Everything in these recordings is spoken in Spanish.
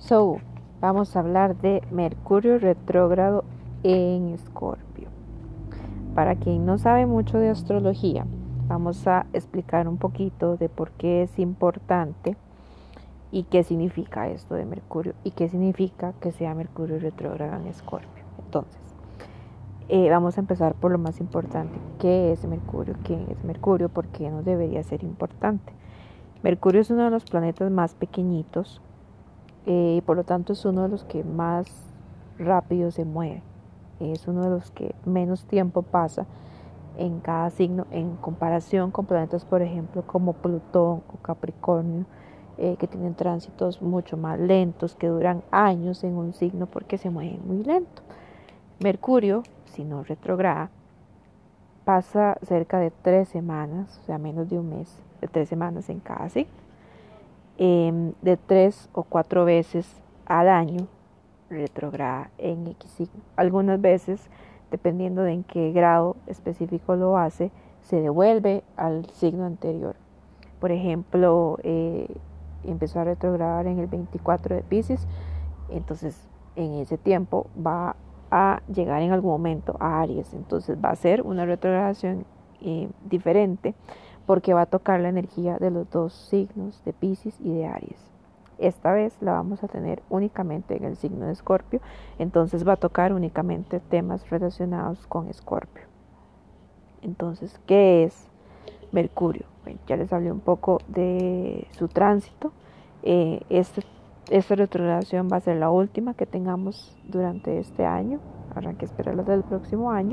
So, vamos a hablar de Mercurio retrógrado en Escorpio. Para quien no sabe mucho de astrología, vamos a explicar un poquito de por qué es importante y qué significa esto de Mercurio y qué significa que sea Mercurio retrógrado en Escorpio. Entonces, vamos a empezar por lo más importante. ¿Qué es Mercurio? ¿Quién es Mercurio? ¿Por qué no debería ser importante? Mercurio es uno de los planetas más pequeñitos y por lo tanto es uno de los que más rápido se mueve. Es uno de los que menos tiempo pasa en cada signo en comparación con planetas, por ejemplo, como Plutón o Capricornio, que tienen tránsitos mucho más lentos, que duran años en un signo porque se mueven muy lento. Mercurio, si no retrograda, pasa cerca de 3 semanas, o sea, menos de un mes, de 3 semanas en cada signo, de 3 o 4 veces al año retrograda en X signo. Algunas veces, dependiendo de en qué grado específico lo hace, se devuelve al signo anterior. Por ejemplo, empezó a retrogradar en el 24 de Piscis, entonces en ese tiempo va a llegar en algún momento a Aries, entonces va a ser una retrogradación diferente porque va a tocar la energía de los dos signos de Piscis y de Aries. Esta vez la vamos a tener únicamente en el signo de Escorpio, entonces va a tocar únicamente temas relacionados con Escorpio. Entonces, ¿qué es Mercurio? Bueno, ya les hablé un poco de su tránsito. Esta retrogradación va a ser la última que tengamos durante este año. Habrá que esperarla del próximo año.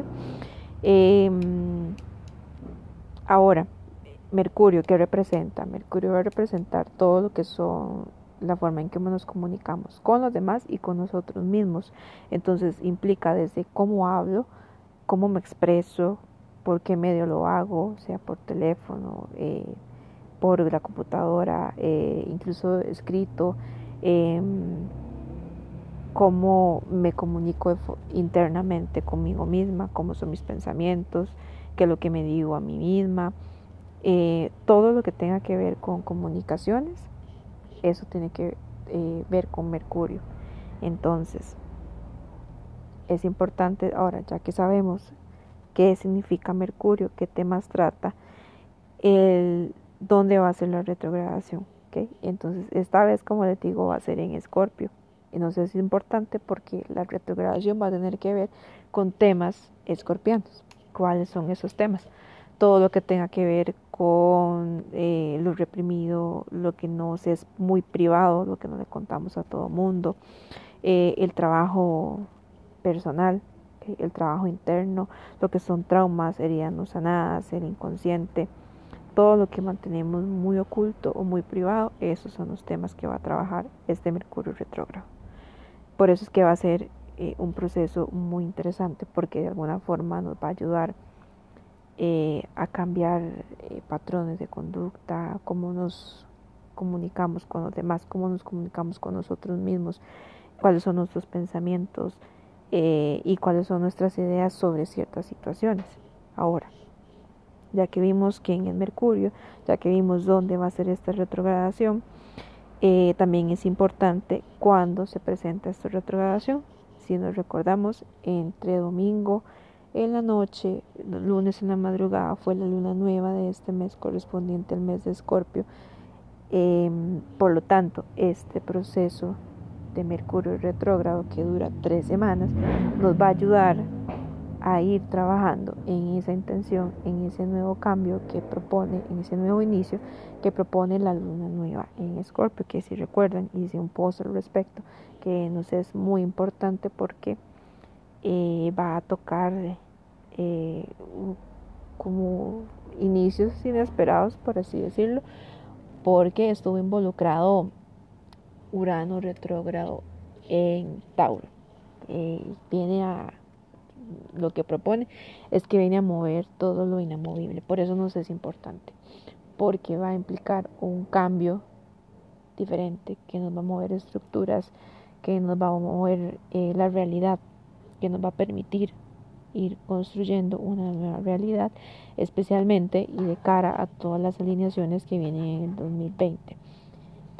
Ahora, Mercurio, ¿qué representa? Mercurio va a representar todo lo que son la forma en que nos comunicamos con los demás y con nosotros mismos. Entonces implica desde cómo hablo, cómo me expreso, por qué medio lo hago, sea por teléfono, por la computadora, incluso escrito, eh, cómo me comunico internamente conmigo misma, cómo son mis pensamientos, qué es lo que me digo a mí misma. Todo lo que tenga que ver con comunicaciones, eso tiene que ver con Mercurio. Entonces, es importante ahora, ya que sabemos qué significa Mercurio, qué temas trata, dónde va a ser la retrogradación. ¿Okay? Entonces, esta vez, como les digo, va a ser en Escorpio. Entonces es importante porque la retrogradación va a tener que ver con temas escorpianos. ¿Cuáles son esos temas? Todo lo que tenga que ver con lo reprimido, lo que nos es muy privado, lo que no le contamos a todo mundo, el trabajo personal, el trabajo interno, lo que son traumas, heridas no sanadas, el inconsciente, todo lo que mantenemos muy oculto o muy privado, esos son los temas que va a trabajar este Mercurio retrógrado. Por eso es que va a ser un proceso muy interesante porque de alguna forma nos va a ayudar a cambiar patrones de conducta, cómo nos comunicamos con los demás, cómo nos comunicamos con nosotros mismos, cuáles son nuestros pensamientos y cuáles son nuestras ideas sobre ciertas situaciones. Ahora, ya que vimos quién es Mercurio, ya que vimos dónde va a ser esta retrogradación, también es importante cuándo se presenta esta retrogradación. Si nos recordamos, entre domingo en la noche, lunes en la madrugada, fue la luna nueva de este mes correspondiente al mes de Escorpio. Por lo tanto, este proceso de Mercurio retrógrado que dura 3 semanas nos va a ayudar a ir trabajando en esa intención, en ese nuevo cambio que propone, en ese nuevo inicio que propone la luna nueva en Escorpio, que si recuerdan hice un post al respecto, que nos es muy importante porque va a tocar eh, como inicios inesperados, por así decirlo, porque estuvo involucrado Urano retrógrado en Tauro. Viene a lo que propone es que viene a mover todo lo inamovible. Por eso nos es importante, porque va a implicar un cambio diferente que nos va a mover estructuras, que nos va a mover la realidad, que nos va a permitir ir construyendo una nueva realidad, especialmente y de cara a todas las alineaciones que vienen en el 2020,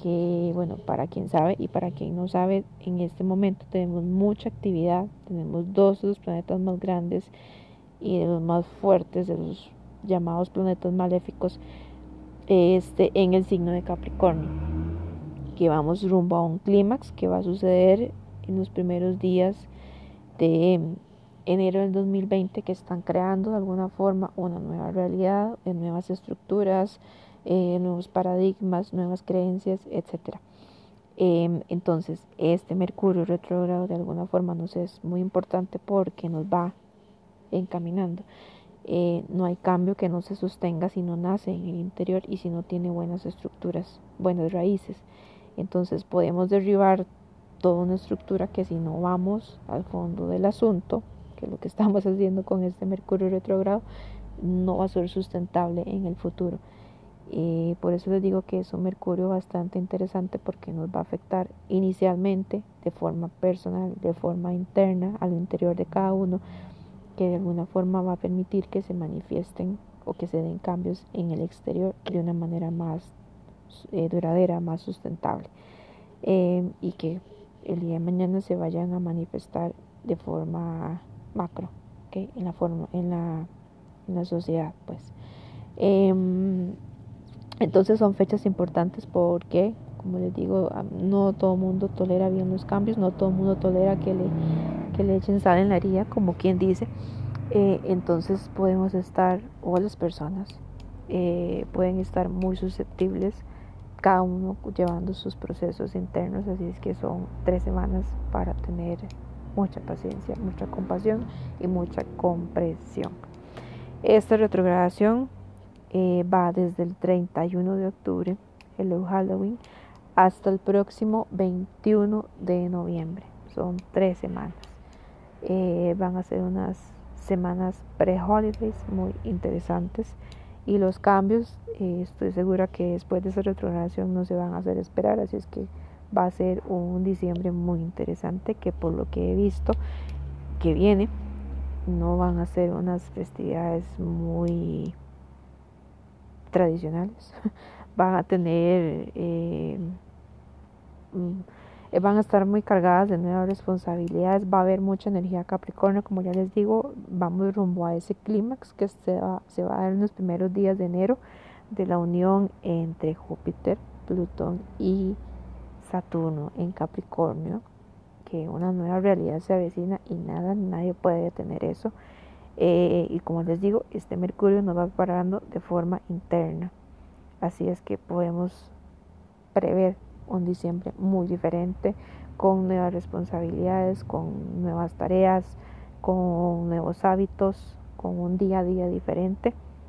que, bueno, para quien sabe y para quien no sabe, en este momento tenemos mucha actividad, tenemos dos de los planetas más grandes y de los más fuertes, de los llamados planetas maléficos, en el signo de Capricornio, que vamos rumbo a un clímax que va a suceder en los primeros días de enero del 2020, que están creando de alguna forma una nueva realidad, nuevas estructuras, nuevos paradigmas, nuevas creencias, etcétera. Entonces, este Mercurio retrógrado de alguna forma nos es muy importante porque nos va encaminando. No hay cambio que no se sostenga si no nace en el interior y si no tiene buenas estructuras, buenas raíces. Entonces podemos derribar toda una estructura que si no vamos al fondo del asunto, que es lo que estamos haciendo con este Mercurio retrógrado, no va a ser sustentable en el futuro. Por eso les digo que es un Mercurio bastante interesante porque nos va a afectar inicialmente de forma personal, de forma interna, al interior de cada uno, que de alguna forma va a permitir que se manifiesten o que se den cambios en el exterior de una manera más duradera, más sustentable, y que el día de mañana se vayan a manifestar de forma macro, ¿okay? En la sociedad, pues. Entonces son fechas importantes porque, como les digo, no todo el mundo tolera bien los cambios, no todo el mundo tolera que le echen sal en la herida, como quien dice. Entonces podemos estar, o las personas pueden estar muy susceptibles, cada uno llevando sus procesos internos, así es que son 3 semanas para tener mucha paciencia, mucha compasión y mucha comprensión. Esta retrogradación va desde el 31 de octubre, el Halloween, hasta el próximo 21 de noviembre. Son 3 semanas. Van a ser unas semanas pre-holidays muy interesantes, y los cambios, estoy segura que después de esa retrogradación no se van a hacer esperar, así es que va a ser un diciembre muy interesante, que por lo que he visto que viene, no van a ser unas festividades muy tradicionales. Van a tener van a estar muy cargadas de nuevas responsabilidades, va a haber mucha energía Capricornio, como ya les digo, vamos rumbo a ese clímax que se va a dar en los primeros días de enero, de la unión entre Júpiter, Plutón y Saturno en Capricornio, que una nueva realidad se avecina y nadie puede detener eso. Y como les digo, este Mercurio nos va preparando de forma interna, así es que podemos prever un diciembre muy diferente, con nuevas responsabilidades, con nuevas tareas, con nuevos hábitos, con un día a día diferente,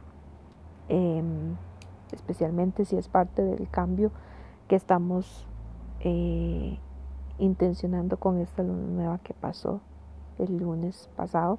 especialmente si es parte del cambio que estamos intencionando con esta luna nueva que pasó el lunes pasado,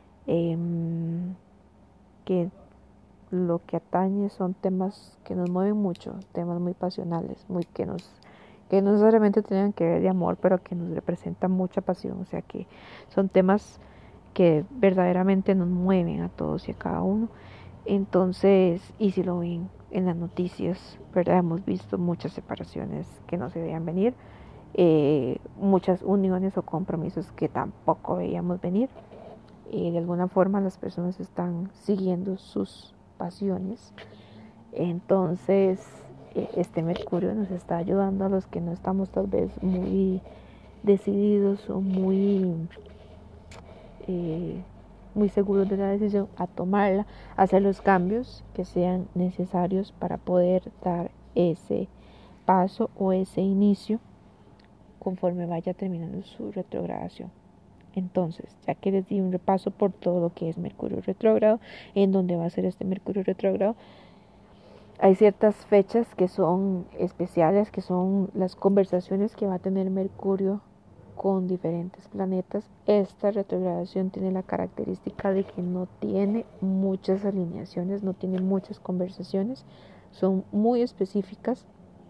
que lo que atañe son temas que nos mueven mucho, temas muy pasionales, que no necesariamente tengan que ver de amor, pero que nos representan mucha pasión, o sea que son temas que verdaderamente nos mueven a todos y a cada uno. Entonces, y si lo ven en las noticias, ¿verdad? Hemos visto muchas separaciones que no se veían venir, muchas uniones o compromisos que tampoco veíamos venir. De alguna forma las personas están siguiendo sus pasiones. Entonces, este Mercurio nos está ayudando a los que no estamos tal vez muy decididos o muy seguros de la decisión, a tomarla, a hacer los cambios que sean necesarios para poder dar ese paso o ese inicio conforme vaya terminando su retrogradación. Entonces, ya que les di un repaso por todo lo que es Mercurio retrógrado, en donde va a ser este Mercurio retrógrado, hay ciertas fechas que son especiales, que son las conversaciones que va a tener Mercurio con diferentes planetas. Esta retrogradación tiene la característica de que no tiene muchas alineaciones, no tiene muchas conversaciones, son muy específicas.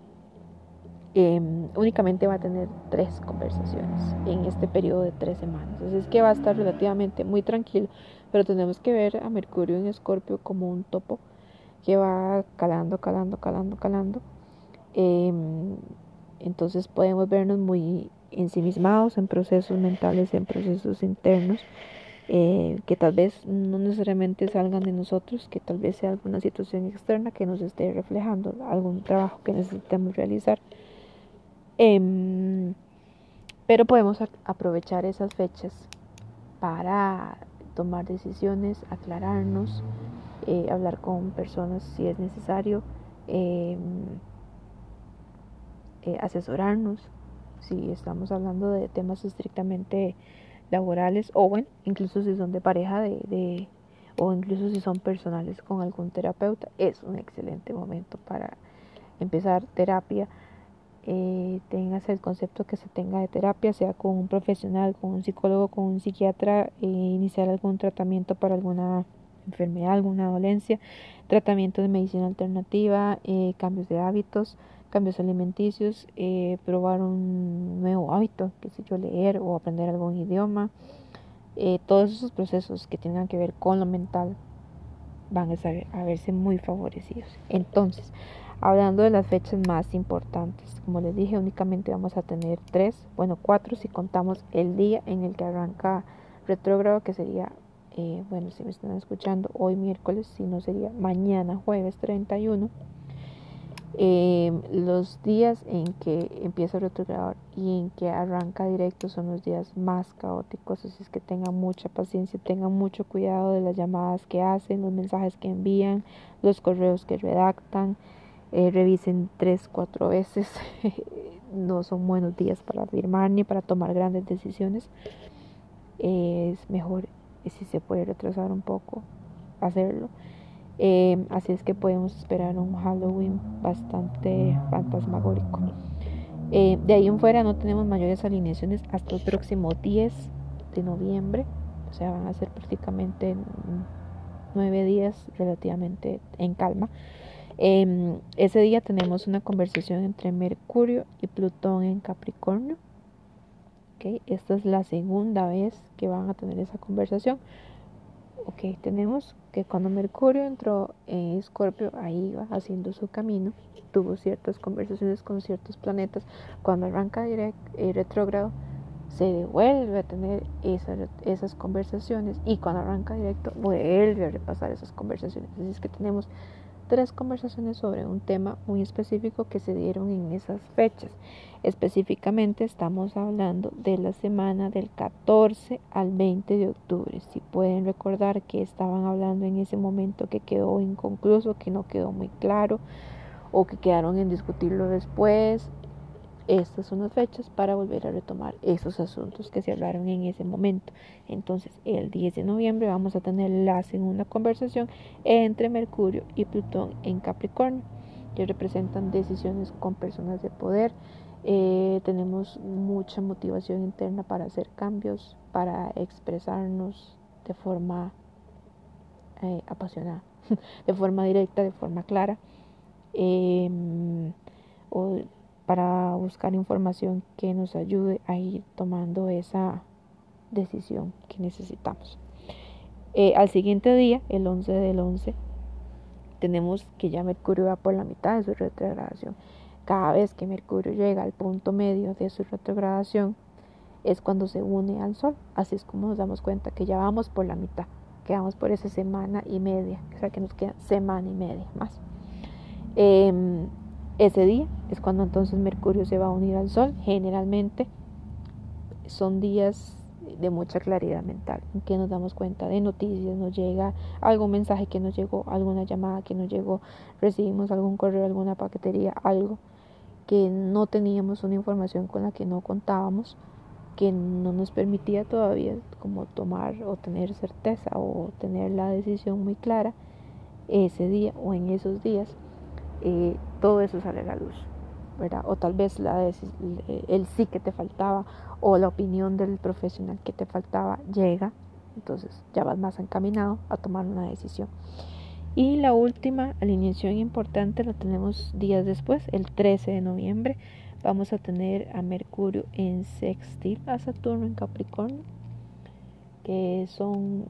Únicamente va a tener 3 conversaciones en este periodo de 3 semanas. Entonces es que va a estar relativamente muy tranquilo, pero tenemos que ver a Mercurio en Escorpio como un topo que va calando, calando, calando, calando, Em, entonces podemos vernos muy ensimismados en procesos mentales, en procesos internos, que tal vez no necesariamente salgan de nosotros, que tal vez sea alguna situación externa que nos esté reflejando algún trabajo que necesitemos realizar. Em, pero podemos aprovechar esas fechas para tomar decisiones, aclararnos, hablar con personas si es necesario, eh, asesorarnos si estamos hablando de temas estrictamente laborales o bueno, incluso si son de pareja o incluso si son personales con algún terapeuta, es un excelente momento para empezar terapia. Tengas el concepto que se tenga de terapia, sea con un profesional, con un psicólogo, con un psiquiatra, iniciar algún tratamiento para alguna enfermedad, alguna dolencia, tratamiento de medicina alternativa, cambios de hábitos, cambios alimenticios, probar un nuevo hábito, que sé yo, leer o aprender algún idioma. Todos esos procesos que tengan que ver con lo mental van a verse muy favorecidos. Entonces, hablando de las fechas más importantes, como les dije, únicamente vamos a tener 3, bueno, 4 si contamos el día en el que arranca retrógrado, que sería, bueno, si me están escuchando hoy miércoles, si no sería mañana jueves 31. Los días en que empieza a retrogradar y en que arranca directo son los días más caóticos, así es que tengan mucha paciencia, tengan mucho cuidado de las llamadas que hacen, los mensajes que envían, los correos que redactan, revisen 3, 4 veces. No son buenos días para firmar ni para tomar grandes decisiones. Es mejor, si se puede retrasar un poco, hacerlo. Así es que podemos esperar un Halloween bastante fantasmagórico. De ahí en fuera no tenemos mayores alineaciones hasta el próximo 10 de noviembre. O sea, van a ser prácticamente 9 días relativamente en calma. Ese día tenemos una conversación entre Mercurio y Plutón en Capricornio. ¿Okay? Esta es la segunda vez que van a tener esa conversación. Ok, tenemos que cuando Mercurio entró en Escorpio, ahí iba haciendo su camino, tuvo ciertas conversaciones con ciertos planetas. Cuando arranca retrógrado, se devuelve a tener esas conversaciones, y cuando arranca directo, vuelve a repasar esas conversaciones. Así es que tenemos 3 conversaciones sobre un tema muy específico que se dieron en esas fechas. Específicamente estamos hablando de la semana del 14 al 20 de octubre. Si pueden recordar que estaban hablando en ese momento que quedó inconcluso, que no quedó muy claro o que quedaron en discutirlo después, estas son las fechas para volver a retomar esos asuntos que se hablaron en ese momento. Entonces, el 10 de noviembre vamos a tener la segunda conversación entre Mercurio y Plutón en Capricornio, que representan decisiones con personas de poder. Tenemos mucha motivación interna para hacer cambios, para expresarnos de forma apasionada, de forma directa, de forma clara. O para buscar información que nos ayude a ir tomando esa decisión que necesitamos. Al siguiente día, el 11 del 11, tenemos que ya Mercurio va por la mitad de su retrogradación. Cada vez que Mercurio llega al punto medio de su retrogradación es cuando se une al Sol. Así es como nos damos cuenta que ya vamos por la mitad, que vamos por esa semana y media, o sea que nos queda semana y media más. Ese día es cuando entonces Mercurio se va a unir al Sol. Generalmente son días de mucha claridad mental, en que nos damos cuenta de noticias, nos llega algún mensaje que nos llegó, alguna llamada que nos llegó, recibimos algún correo, alguna paquetería, algo que no teníamos, una información con la que no contábamos, que no nos permitía todavía como tomar o tener certeza o tener la decisión muy clara ese día o en esos días. Todo eso sale a la luz, ¿verdad? O tal vez el sí que te faltaba o la opinión del profesional que te faltaba llega, entonces ya vas más encaminado a tomar una decisión. Y la última alineación importante la tenemos días después, el 13 de noviembre. Vamos a tener a Mercurio en sextil a Saturno en Capricornio, que son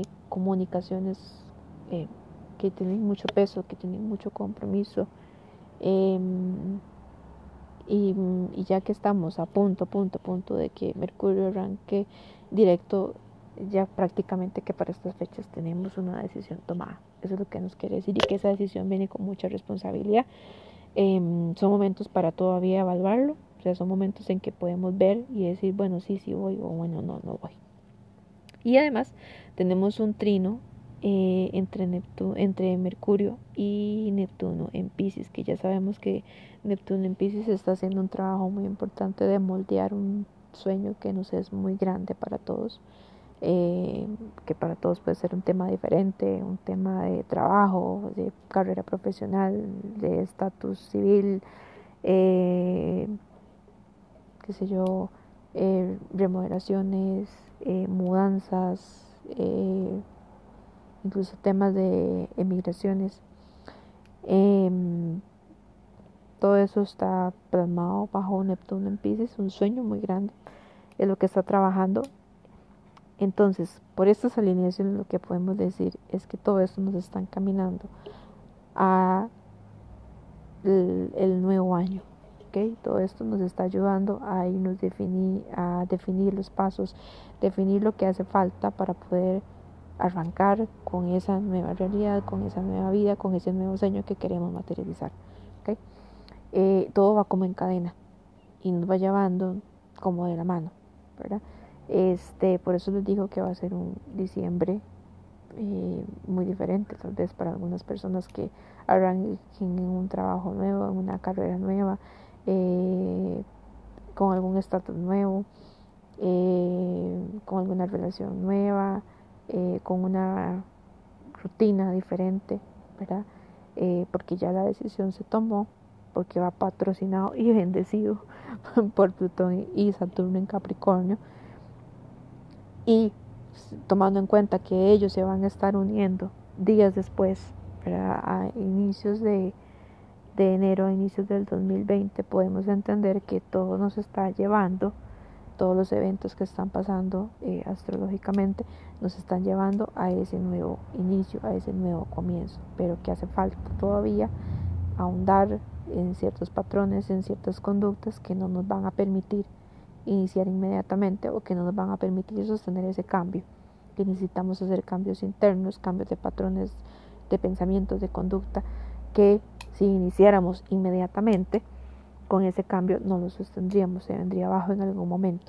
comunicaciones que tienen mucho peso, que tienen mucho compromiso, Em, y ya que estamos a punto de que Mercurio arranque directo, ya prácticamente que para estas fechas tenemos una decisión tomada. Eso es lo que nos quiere decir y que esa decisión viene con mucha responsabilidad. Son momentos para todavía evaluarlo, o sea, son momentos en que podemos ver y decir, bueno, sí, sí voy o bueno, no, no voy. Y además tenemos un trino entre Mercurio y Neptuno en Piscis, que ya sabemos que Neptuno en Piscis está haciendo un trabajo muy importante de moldear un sueño que nos es muy grande para todos, que para todos puede ser un tema diferente, un tema de trabajo, de carrera profesional, de estatus civil, eh, qué sé yo, remodelaciones, mudanzas, incluso temas de emigraciones. Em, Todo eso está plasmado bajo Neptuno en Pisces, un sueño muy grande, es lo que está trabajando. Entonces, por estas alineaciones lo que podemos decir es que todo esto nos está encaminando a el nuevo año. ¿Okay? Todo esto nos está ayudando a irnos a definir los pasos, definir lo que hace falta para poder arrancar con esa nueva realidad, con esa nueva vida, con ese nuevo sueño que queremos materializar. ¿Okay? Todo va como en cadena y nos va llevando como de la mano, ¿verdad? Por eso les digo que va a ser un diciembre muy diferente, tal vez para algunas personas que arranquen en un trabajo nuevo, en una carrera nueva, eh, con algún estatus nuevo, con alguna relación nueva, con una rutina diferente, ¿verdad? Porque ya la decisión se tomó, porque va patrocinado y bendecido por Plutón y Saturno en Capricornio, y tomando en cuenta que ellos se van a estar uniendo días después, ¿verdad? A inicios de enero, a inicios del 2020, podemos entender que todo nos está llevando, todos los eventos que están pasando astrológicamente nos están llevando a ese nuevo inicio, a ese nuevo comienzo, pero que hace falta todavía ahondar en ciertos patrones, en ciertas conductas que no nos van a permitir iniciar inmediatamente o que no nos van a permitir sostener ese cambio, que necesitamos hacer cambios internos, cambios de patrones de pensamientos, de conducta, que si iniciáramos inmediatamente con ese cambio no lo sostendríamos, se vendría abajo en algún momento.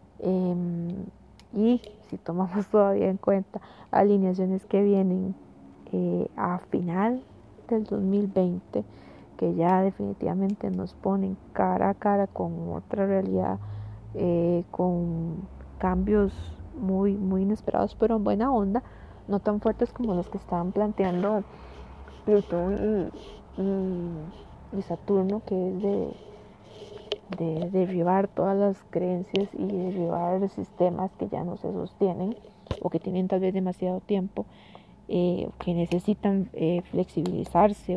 Y si tomamos todavía en cuenta alineaciones que vienen a final del 2020, que ya definitivamente nos ponen cara a cara con otra realidad, con cambios muy, muy inesperados, pero en buena onda, no tan fuertes como los que estaban planteando Plutón y Saturno, que es de derribar todas las creencias y derribar sistemas que ya no se sostienen o que tienen tal vez demasiado tiempo, que necesitan flexibilizarse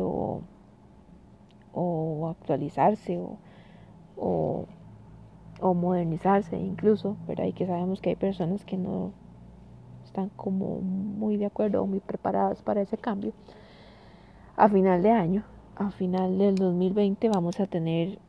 o actualizarse o, o modernizarse incluso, ¿verdad? Y que sabemos que hay personas que no están como muy de acuerdo o muy preparadas para ese cambio. A final de año, a final del 2020, vamos a tener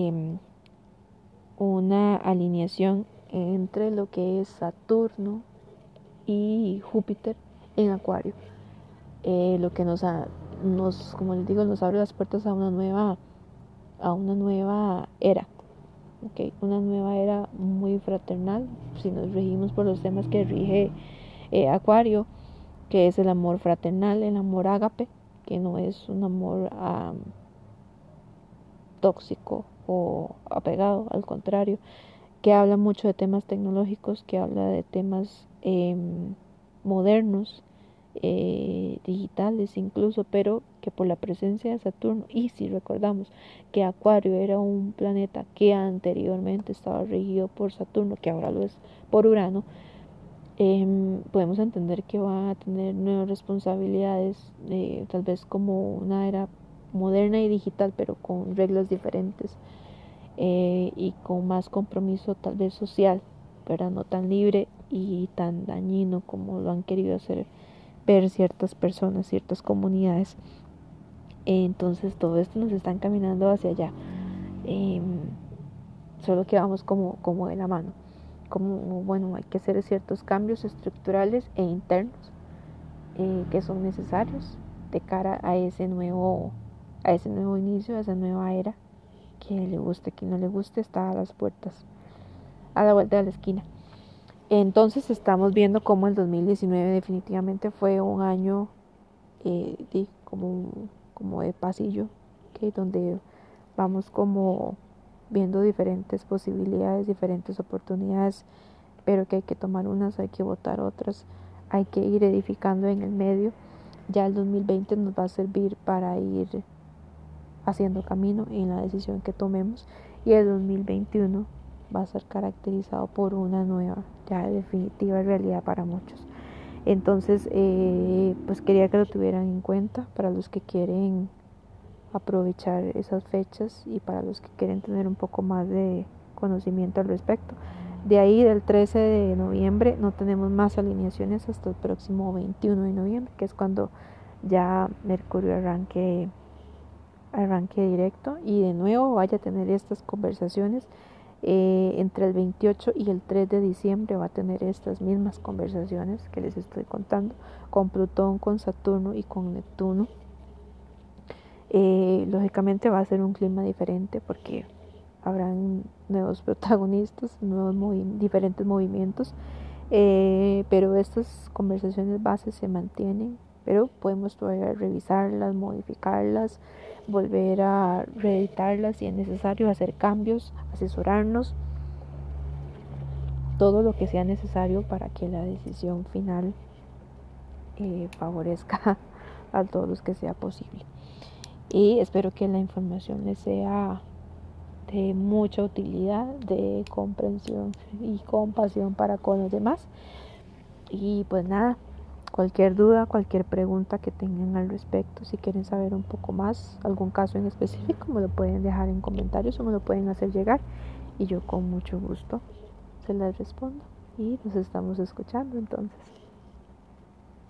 una alineación entre lo que es Saturno y Júpiter en Acuario, lo que como les digo, nos abre las puertas a una nueva era, ¿okay? Una nueva era muy fraternal, si nos regimos por los temas que rige Acuario, que es el amor fraternal, el amor ágape, que no es un amor tóxico o apegado, al contrario, que habla mucho de temas tecnológicos, que habla de temas modernos, digitales incluso, pero que por la presencia de Saturno, y si recordamos que Acuario era un planeta que anteriormente estaba regido por Saturno, que ahora lo es por Urano, podemos entender que va a tener nuevas responsabilidades, tal vez como una era moderna y digital, pero con reglas diferentes, y con más compromiso tal vez social, pero no tan libre y tan dañino como lo han querido hacer ver ciertas personas, ciertas comunidades. Entonces todo esto nos está encaminando hacia allá. Solo que vamos como de la mano. Como, bueno, hay que hacer ciertos cambios estructurales e internos que son necesarios de cara a ese nuevo inicio, a esa nueva era, que le guste, que no le guste, está a las puertas, a la vuelta de la esquina. Entonces estamos viendo cómo el 2019 definitivamente fue un año como de pasillo, que donde vamos como viendo diferentes posibilidades, diferentes oportunidades, pero que hay que tomar unas, hay que votar otras, hay que ir edificando en el medio. Ya el 2020 nos va a servir para ir haciendo camino en la decisión que tomemos, y el 2021 va a ser caracterizado por una nueva, ya definitiva realidad para muchos. Entonces, pues quería que lo tuvieran en cuenta para los que quieren aprovechar esas fechas y para los que quieren tener un poco más de conocimiento al respecto. De ahí, del 13 de noviembre no tenemos más alineaciones hasta el próximo 21 de noviembre, que es cuando ya Mercurio arranque directo y de nuevo vaya a tener estas conversaciones. Entre el 28 y el 3 de diciembre va a tener estas mismas conversaciones que les estoy contando, con Plutón, con Saturno y con Neptuno. Lógicamente va a ser un clima diferente porque habrán nuevos protagonistas, diferentes movimientos, pero estas conversaciones bases se mantienen, pero podemos todavía revisarlas, modificarlas, volver a reeditarlas si es necesario, hacer cambios, asesorarnos, todo lo que sea necesario para que la decisión final favorezca a todos los que sea posible. Y espero que la información les sea de mucha utilidad, de comprensión y compasión para con los demás. Y pues nada, cualquier duda, cualquier pregunta que tengan al respecto, si quieren saber un poco más, algún caso en específico, me lo pueden dejar en comentarios o me lo pueden hacer llegar y yo con mucho gusto se las respondo. Y nos estamos escuchando entonces.